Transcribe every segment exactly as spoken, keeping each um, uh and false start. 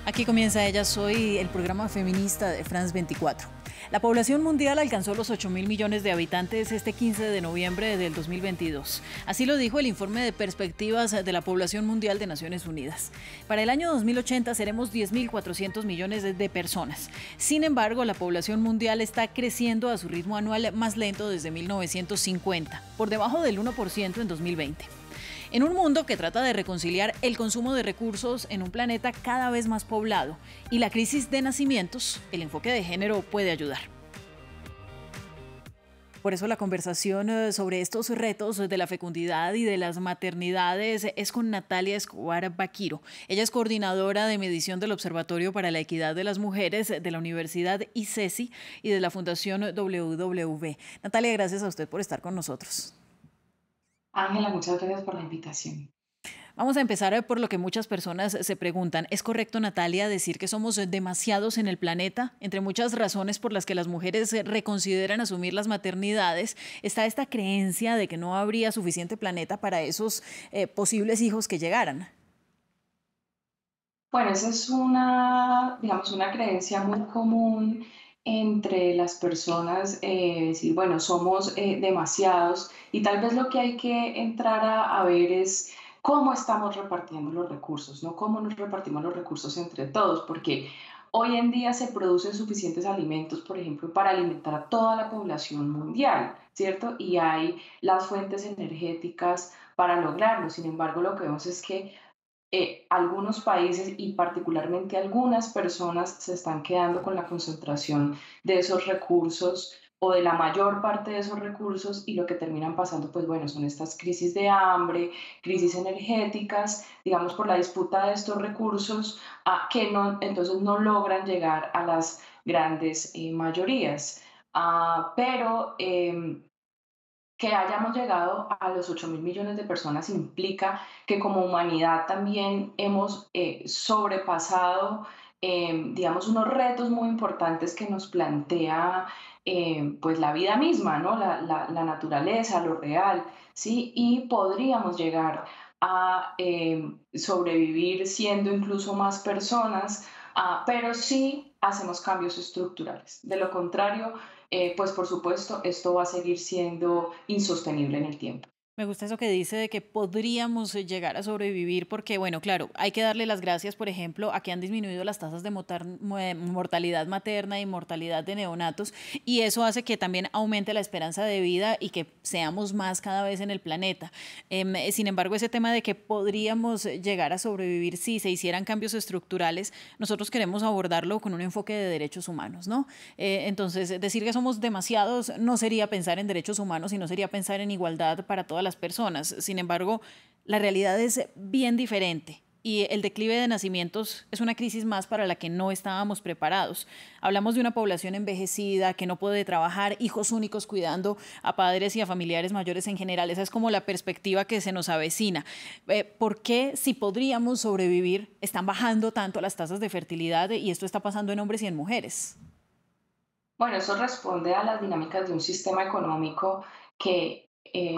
Aquí comienza Ella Soy, el programa feminista de France veinticuatro. La población mundial alcanzó los ocho mil millones de habitantes este quince de noviembre del dos mil veintidós. Así lo dijo el informe de perspectivas de la población mundial de Naciones Unidas. Para el año dos mil ochenta seremos diez mil cuatrocientos millones de personas. Sin embargo, la población mundial está creciendo a su ritmo anual más lento desde mil novecientos cincuenta, por debajo del uno por ciento en dos mil veinte. En un mundo que trata de reconciliar el consumo de recursos en un planeta cada vez más poblado y la crisis de nacimientos, el enfoque de género puede ayudar. Por eso la conversación sobre estos retos de la fecundidad y de las maternidades es con Natalia Escobar Baquiro. Ella es coordinadora de medición del Observatorio para la Equidad de las Mujeres de la Universidad ICESI y de la Fundación W W V. Natalia, gracias a usted por estar con nosotros. Ángela, muchas gracias por la invitación. Vamos a empezar por lo que muchas personas se preguntan. ¿Es correcto, Natalia, decir que somos demasiados en el planeta? Entre muchas razones por las que las mujeres reconsideran asumir las maternidades, está esta creencia de que no habría suficiente planeta para esos eh, posibles hijos que llegaran. Bueno, esa es una, digamos, una creencia muy común entre las personas, eh, decir, bueno, somos eh, demasiados y tal vez lo que hay que entrar a, a ver es cómo estamos repartiendo los recursos, ¿no? Cómo nos repartimos los recursos entre todos, porque hoy en día se producen suficientes alimentos, por ejemplo, para alimentar a toda la población mundial, ¿cierto? Y hay las fuentes energéticas para lograrlo. Sin embargo, lo que vemos es que eh, algunos países y particularmente algunas personas se están quedando con la concentración de esos recursos o de la mayor parte de esos recursos y lo que terminan pasando, pues bueno, son estas crisis de hambre, crisis energéticas, digamos, por la disputa de estos recursos, ah, que no, entonces no logran llegar a las grandes eh, mayorías. Ah, pero em, que hayamos llegado a los ocho mil millones de personas implica que como humanidad también hemos eh, sobrepasado, eh, digamos, unos retos muy importantes que nos plantea eh, pues la vida misma, ¿no? La, la, la, naturaleza, lo real, ¿sí? Y podríamos llegar a eh, sobrevivir siendo incluso más personas, uh, pero sí hacemos cambios estructurales. De lo contrario, eh, pues por supuesto, esto va a seguir siendo insostenible en el tiempo. Me gusta eso que dice de que podríamos eh, llegar a sobrevivir porque, bueno, claro, hay que darle las gracias, por ejemplo, a que han disminuido las tasas de motar- mu- eh, mortalidad materna y mortalidad de neonatos y eso hace que también aumente la esperanza de vida y que seamos más cada vez en el planeta. Em, eh, sin embargo, ese tema de que podríamos llegar a sobrevivir si se hicieran cambios estructurales, nosotros queremos abordarlo con un enfoque de derechos humanos, ¿no? Eh, entonces, decir que somos demasiados no sería pensar en derechos humanos, sino sería pensar en igualdad para todas las personas. Sin embargo, la realidad es bien diferente y el declive de nacimientos es una crisis más para la que no estábamos preparados. Hablamos de una población envejecida que no puede trabajar, hijos únicos cuidando a padres y a familiares mayores en general. Esa es como la perspectiva que se nos avecina. Eh, ¿Por qué, si podríamos sobrevivir, están bajando tanto las tasas de fertilidad y esto está pasando en hombres y en mujeres? Bueno, eso responde a las dinámicas de un sistema económico que eh,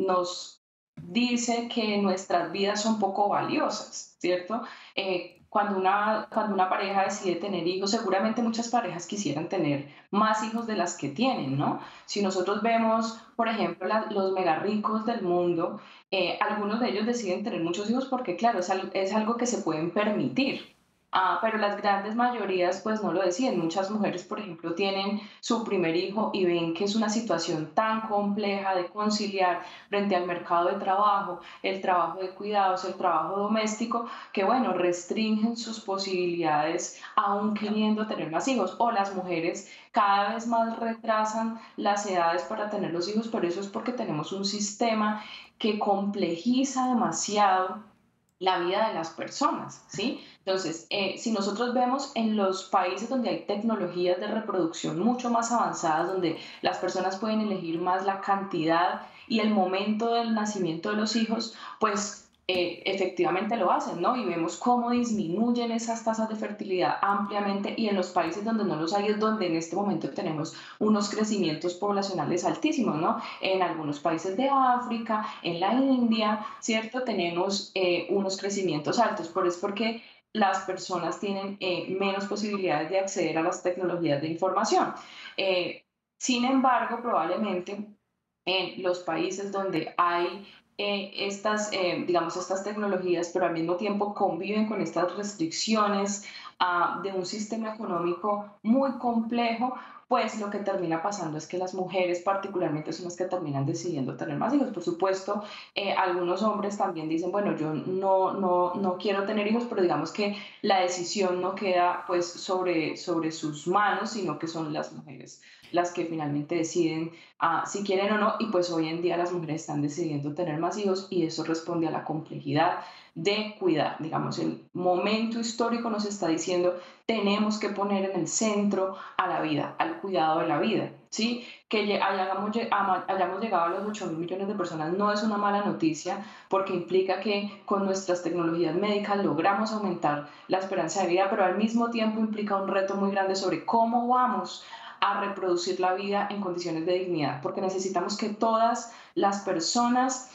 nos dice que nuestras vidas son poco valiosas, ¿cierto? Eh, cuando una, cuando una pareja decide tener hijos, seguramente muchas parejas quisieran tener más hijos de las que tienen, ¿no? Si nosotros vemos, por ejemplo, la- los mega ricos del mundo, eh, algunos de ellos deciden tener muchos hijos porque, claro, es, al- es algo que se pueden permitir. Ah, pero las grandes mayorías pues no lo deciden. Muchas mujeres, por ejemplo, tienen su primer hijo y ven que es una situación tan compleja de conciliar frente al mercado de trabajo, el trabajo de cuidados, el trabajo doméstico, que bueno, restringen sus posibilidades aún queriendo tener más hijos. O las mujeres cada vez más retrasan las edades para tener los hijos, pero eso es porque tenemos un sistema que complejiza demasiado la vida de las personas, ¿sí? Entonces, eh, si nosotros vemos en los países donde hay tecnologías de reproducción mucho más avanzadas, donde las personas pueden elegir más la cantidad y el momento del nacimiento de los hijos, pues eh, efectivamente lo hacen, ¿no? Y vemos cómo disminuyen esas tasas de fertilidad ampliamente y en los países donde no los hay es donde en este momento tenemos unos crecimientos poblacionales altísimos, ¿no? En algunos países de África, en la India, ¿cierto? Tenemos eh, unos crecimientos altos, por es porque las personas tienen eh, menos posibilidades de acceder a las tecnologías de información. Eh, Sin embargo, probablemente en los países donde hay eh, estas, eh, digamos, estas tecnologías, pero al mismo tiempo conviven con estas restricciones uh, de un sistema económico muy complejo, pues lo que termina pasando es que las mujeres particularmente son las que terminan decidiendo tener más hijos. Por supuesto, eh, algunos hombres también dicen, bueno, yo no, no, no quiero tener hijos, pero digamos que la decisión no queda pues sobre, sobre sus manos, sino que son las mujeres las que finalmente deciden uh, si quieren o no, y pues hoy en día las mujeres están decidiendo tener más hijos y eso responde a la complejidad de cuidar. Digamos, el momento histórico nos está diciendo, tenemos que poner en el centro a la vida, al cuidado de la vida, ¿sí? Que hayamos, hayamos llegado a los ocho mil millones de personas no es una mala noticia porque implica que con nuestras tecnologías médicas logramos aumentar la esperanza de vida, pero al mismo tiempo implica un reto muy grande sobre cómo vamos a reproducir la vida en condiciones de dignidad, porque necesitamos que todas las personas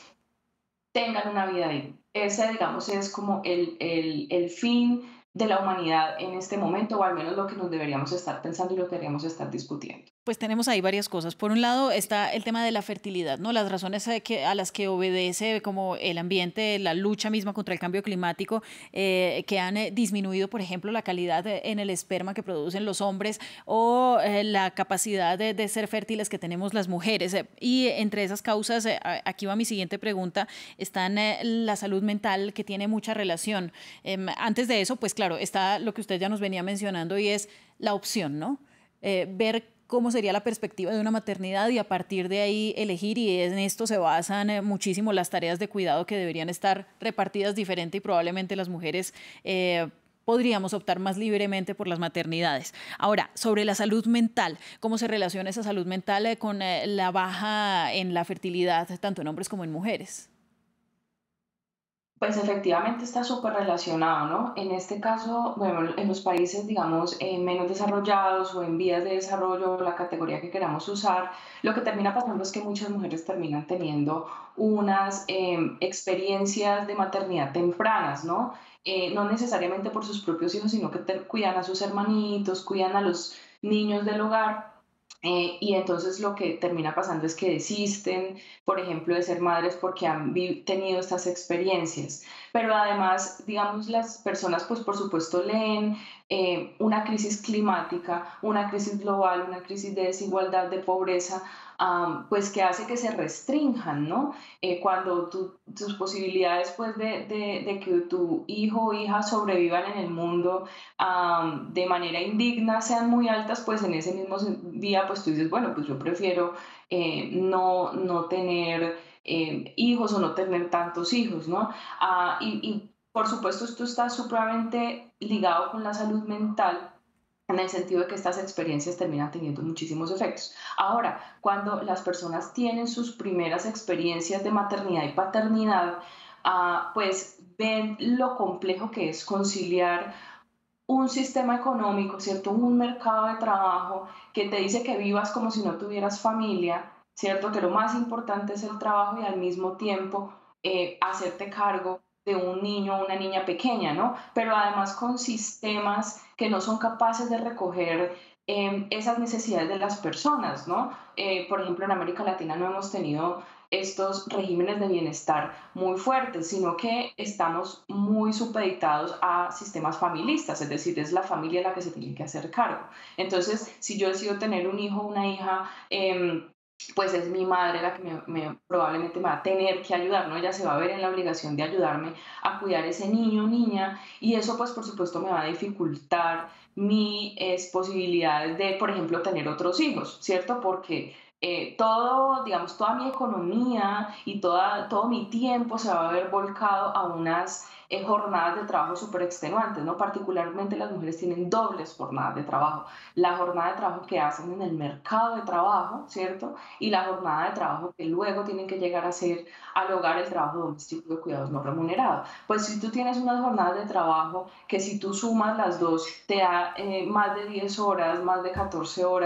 tengan una vida digna. Ese, digamos, es como el, el, el fin de la humanidad en este momento, o al menos lo que nos deberíamos estar pensando y lo que deberíamos estar discutiendo. Pues tenemos ahí varias cosas. Por un lado está el tema de la fertilidad, ¿no? Las razones eh, que, a las que obedece como el ambiente, la lucha misma contra el cambio climático, eh, que han eh, disminuido, por ejemplo, la calidad de, en el esperma que producen los hombres o eh, la capacidad de, de, ser fértiles que tenemos las mujeres. Eh, y entre esas causas, eh, aquí va mi siguiente pregunta, están eh, la salud mental, que tiene mucha relación. Eh, antes de eso, pues claro, está lo que usted ya nos venía mencionando y es la opción, ¿no? Eh, ver cómo sería la perspectiva de una maternidad y a partir de ahí elegir, y en esto se basan eh, muchísimo las tareas de cuidado que deberían estar repartidas diferente y probablemente las mujeres eh, podríamos optar más libremente por las maternidades. Ahora, sobre la salud mental, ¿cómo se relaciona esa salud mental eh, con eh, la baja en la fertilidad, tanto en hombres como en mujeres? Pues efectivamente está súper relacionado, ¿no? En este caso, bueno, en los países, digamos, eh, menos desarrollados o en vías de desarrollo, la categoría que queramos usar, lo que termina pasando es que muchas mujeres terminan teniendo unas eh, experiencias de maternidad tempranas, ¿no? Eh, no necesariamente por sus propios hijos, sino que te- cuidan a sus hermanitos, cuidan a los niños del hogar. Eh, y entonces lo que termina pasando es que desisten, por ejemplo, de ser madres porque han tenido estas experiencias. Pero además, digamos, las personas, pues por supuesto, leen eh, una crisis climática, una crisis global, una crisis de desigualdad, de pobreza, um, pues que hace que se restrinjan, ¿no? Eh, cuando tu, tus posibilidades, pues, de, de, de, que tu hijo o hija sobrevivan en el mundo um, de manera indigna sean muy altas, pues en ese mismo día, pues tú dices, bueno, pues yo prefiero eh, no, no tener eh, hijos o no tener tantos hijos, ¿no? Ah, y, y por supuesto esto está supremamente ligado con la salud mental en el sentido de que estas experiencias terminan teniendo muchísimos efectos. Ahora, cuando las personas tienen sus primeras experiencias de maternidad y paternidad, uh, pues ven lo complejo que es conciliar un sistema económico, ¿cierto? Un mercado de trabajo que te dice que vivas como si no tuvieras familia, ¿cierto? Que lo más importante es el trabajo y al mismo tiempo eh, hacerte cargo de un niño o una niña pequeña, ¿no? Pero además con sistemas que no son capaces de recoger eh, esas necesidades de las personas, ¿no? Eh, por ejemplo, en América Latina no hemos tenido estos regímenes de bienestar muy fuertes, sino que estamos muy supeditados a sistemas familistas, es decir, es la familia la que se tiene que hacer cargo. Entonces, si yo decido tener un hijo o una hija, eh, pues es mi madre la que me, me, probablemente me va a tener que ayudar, ¿no? Ella se va a ver en la obligación de ayudarme a cuidar ese niño o niña y eso pues por supuesto me va a dificultar mis eh, posibilidades de, por ejemplo, tener otros hijos, ¿cierto? Porque eh, todo, digamos, toda mi economía y toda, todo mi tiempo se va a ver volcado a unas eh, jornadas de trabajo súper extenuantes, ¿no? Particularmente las mujeres tienen dobles jornadas de trabajo. La jornada de trabajo que hacen en el mercado de trabajo, ¿cierto? Y la jornada de trabajo que luego tienen que llegar a hacer al hogar, el trabajo doméstico de cuidados no remunerado. Pues si tú tienes unas jornadas de trabajo que si tú sumas las dos te da eh, más de diez horas, más de catorce horas,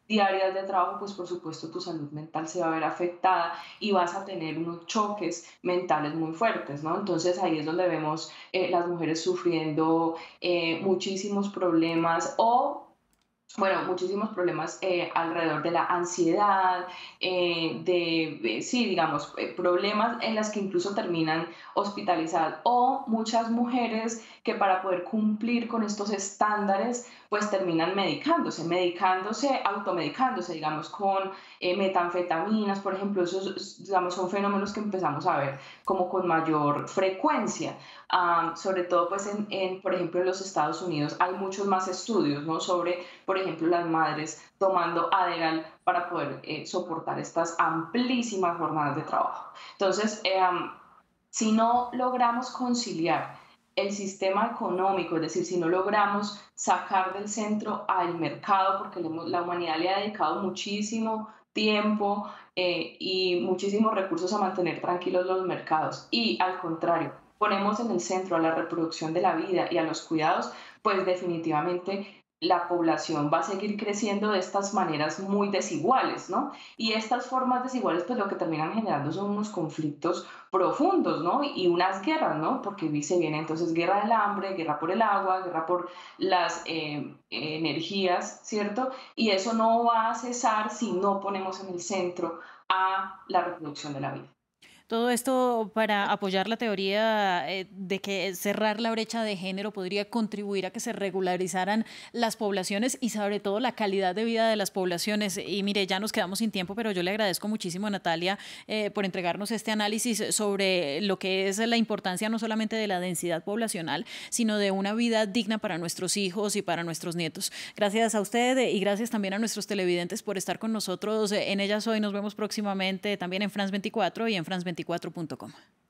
diarias de trabajo, pues por supuesto tu salud mental se va a ver afectada y vas a tener unos choques mentales muy fuertes, ¿no? Entonces ahí es donde vemos eh, las mujeres sufriendo eh, muchísimos problemas o bueno, muchísimos problemas eh, alrededor de la ansiedad, eh, de, eh, sí, digamos, eh, problemas en las que incluso terminan hospitalizadas o muchas mujeres que para poder cumplir con estos estándares, pues terminan medicándose, medicándose, automedicándose, digamos, con eh, metanfetaminas, por ejemplo, esos, digamos, son fenómenos que empezamos a ver como con mayor frecuencia. Um, sobre todo, pues, en, en, por ejemplo, en los Estados Unidos hay muchos más estudios, ¿no? Sobre, por ejemplo, las madres tomando Adderall para poder eh, soportar estas amplísimas jornadas de trabajo. Entonces, eh, um, si no logramos conciliar el sistema económico, es decir, si no logramos sacar del centro al mercado, porque la humanidad le ha dedicado muchísimo tiempo eh, y muchísimos recursos a mantener tranquilos los mercados, y al contrario, ponemos en el centro a la reproducción de la vida y a los cuidados, pues definitivamente la población va a seguir creciendo de estas maneras muy desiguales, ¿no? Y estas formas desiguales, pues lo que terminan generando son unos conflictos profundos, ¿no? Y unas guerras, ¿no? Porque se viene entonces guerra del hambre, guerra por el agua, guerra por las eh, energías, ¿cierto? Y eso no va a cesar si no ponemos en el centro a la reproducción de la vida. Todo esto para apoyar la teoría eh, de que cerrar la brecha de género podría contribuir a que se regularizaran las poblaciones y sobre todo la calidad de vida de las poblaciones. Y mire, ya nos quedamos sin tiempo, pero yo le agradezco muchísimo a Natalia eh, por entregarnos este análisis sobre lo que es la importancia no solamente de la densidad poblacional, sino de una vida digna para nuestros hijos y para nuestros nietos. Gracias a usted y gracias también a nuestros televidentes por estar con nosotros en Ellas Hoy. Nos vemos próximamente también en France veinticuatro y en France veinticuatro punto com.